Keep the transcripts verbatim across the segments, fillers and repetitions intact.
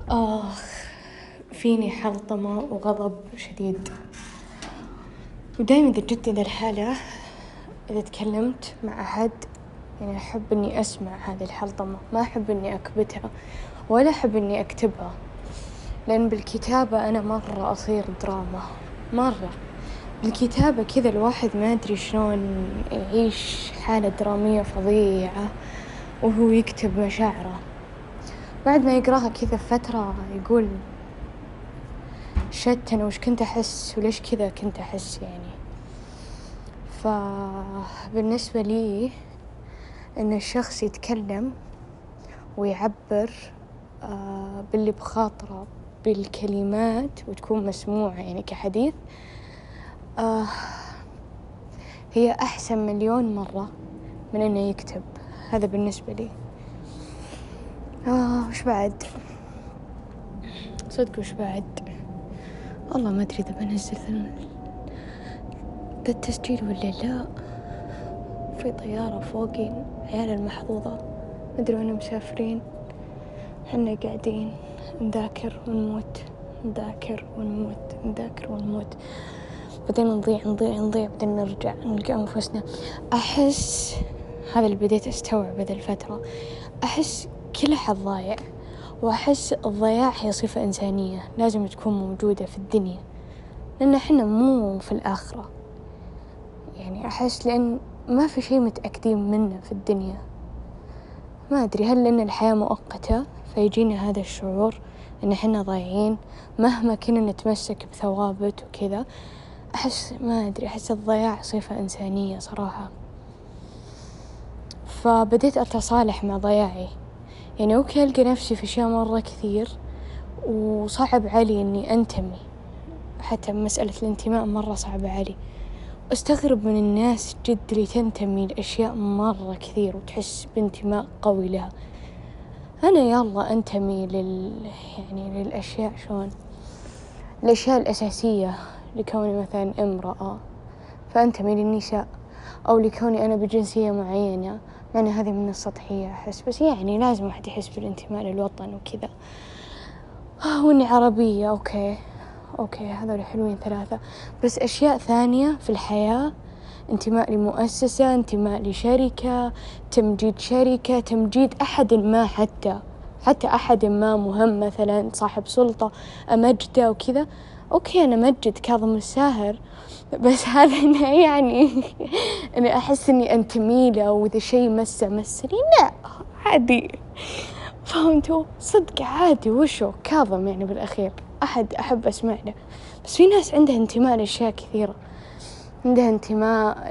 آخ، فيني حلطمة وغضب شديد، ودايما إذا جت إذا الحالة إذا تكلمت مع أحد يعني أحب إني أسمع هذه الحلطمة، ما أحب إني أكبتها ولا أحب إني أكتبها، لأن بالكتابة أنا مرة أصير دراما مرة بالكتابة كذا. الواحد ما أدري شلون يعيش حالة درامية فظيعة وهو يكتب مشاعره. بعد ما يقراها كذا فترة يقول شت أنا وش كنت أحس وليش كذا كنت أحس يعني. فبالنسبة لي إن الشخص يتكلم ويعبر آه باللي بخاطره بالكلمات وتكون مسموعة يعني كحديث، آه هي أحسن مليون مرة من إنه يكتب. هذا بالنسبة لي. آه وش بعد صدق وش بعد والله ما أدري إذا بنزل ذا التسجيل ولا لا. في طيارة فوقي عيال المحظوظة ما أدري وين مسافرين، حنا قاعدين نذاكر ونموت نذاكر ونموت نذاكر ونموت، بعدين نضيع نضيع نضيع بعدين نرجع نلقى أنفسنا. أحس هذا اللي بديت أستوعب هذه الفترة، أحس كل أحد ضايع، وأحس الضياع هي صفة إنسانية لازم تكون موجودة في الدنيا، لأن إحنا مو في الآخرة يعني. أحس لأن ما في شيء متأكدين منه في الدنيا، ما أدري هل لأن الحياة مؤقتة فيجينا هذا الشعور إن إحنا ضايعين مهما كنا نتمسك بثوابت وكذا. أحس ما أدري أحس الضياع صفة إنسانية صراحة. فبديت أتصالح مع ضياعي يعني. أوكي ألقى نفسي في أشياء مرة كثير وصعب علي إني أنتمي، حتى مسألة الانتماء مرة صعبة علي. أستغرب من الناس جد اللي تنتمي لأشياء مرة كثير وتحس بانتماء قوي لها. أنا يلا أنتمي لل يعني للأشياء شلون الأشياء الأساسية، لكوني مثلا امرأة فأنتمي للنساء، أو لكوني أنا بجنسية معينة، يعني هذه من السطحية أحس. بس يعني لازم واحد يحس بالانتماء للوطن وكذا. آه وإني عربية أوكي أوكي هذول حلوين ثلاثة. بس أشياء ثانية في الحياة، انتماء لمؤسسة، انتماء لشركة، تمجيد شركة، تمجيد أحد ما، حتى حتى أحد ما مهم مثلا صاحب سلطة أمجده وكذا. أوكي أنا مجد كاظم الساهر، بس هذا إنه يعني أنا أحس إني أنتمي له وإذا شيء مسه مسني لا عادي. فهمتوا صدق عادي وشو كاظم يعني بالأخير أحد أحب أسمع له. بس في ناس عندها انتماء لأشياء كثيرة، عندها انتماء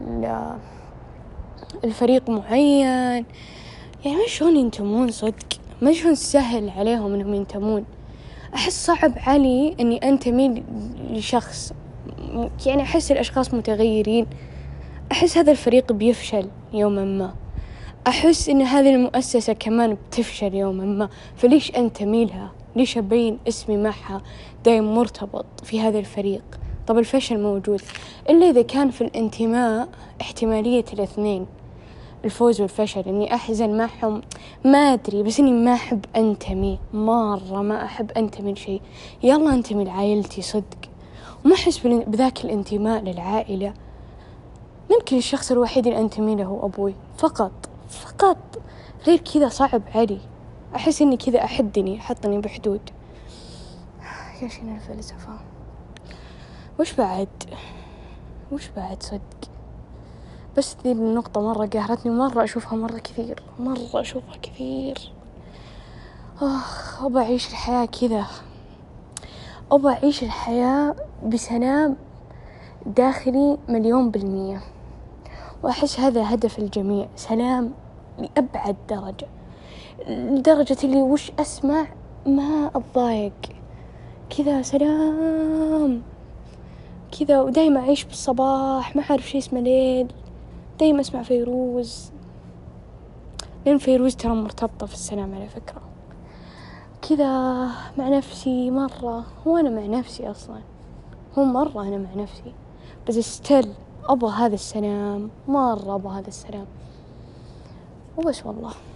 لفريق معين، يعني ما شلون ينتمون صدق، ما شلون سهل عليهم إنهم ينتمون. أحس صعب علي إني أنتمي لشخص يعني. أحس الأشخاص متغيرين، أحس هذا الفريق بيفشل يوما ما، أحس إن هذه المؤسسة كمان بتفشل يوما ما، فليش أنتمي لها؟ ليش أبين اسمي معها دايم مرتبط في هذا الفريق؟ طب الفشل موجود، إلا إذا كان في الانتماء احتمالية الاثنين، الفوز والفشل، إني أحزن معهم ما أدري، بس إني ما أحب أنتمي مرة، ما أحب أنتمي لشيء. يلا أنتمي لعائلتي صدق، وما أحس بذاك الانتماء للعائلة. ممكن الشخص الوحيد اللي أنتمي له هو أبوي فقط فقط، غير كذا صعب علي. أحس إني كذا أحدني أحطني بحدود. يا شين الفلسفة. وش بعد وش بعد صدق. بس ذي النقطة مرة قهرتني، مرة أشوفها مرة كثير مرة أشوفها كثير. آخ أبى أعيش الحياة كذا، أبى أعيش الحياة بسلام داخلي مليون بالمية، وأحس هذا هدف الجميع، سلام لأبعد درجة، لدرجة اللي وش أسمع ما أتضايق كذا، سلام كذا. ودايما أعيش بالصباح، ما أعرف شيء اسمه ليل، دايما أسمع فيروز، لأن فيروز ترى مرتبطة في السلام على فكرة. كذا مع نفسي مرة، هو أنا مع نفسي أصلا، هو مرة أنا مع نفسي، بس استل أبغى هذا السلام مرة، أبغى هذا السلام وبس والله.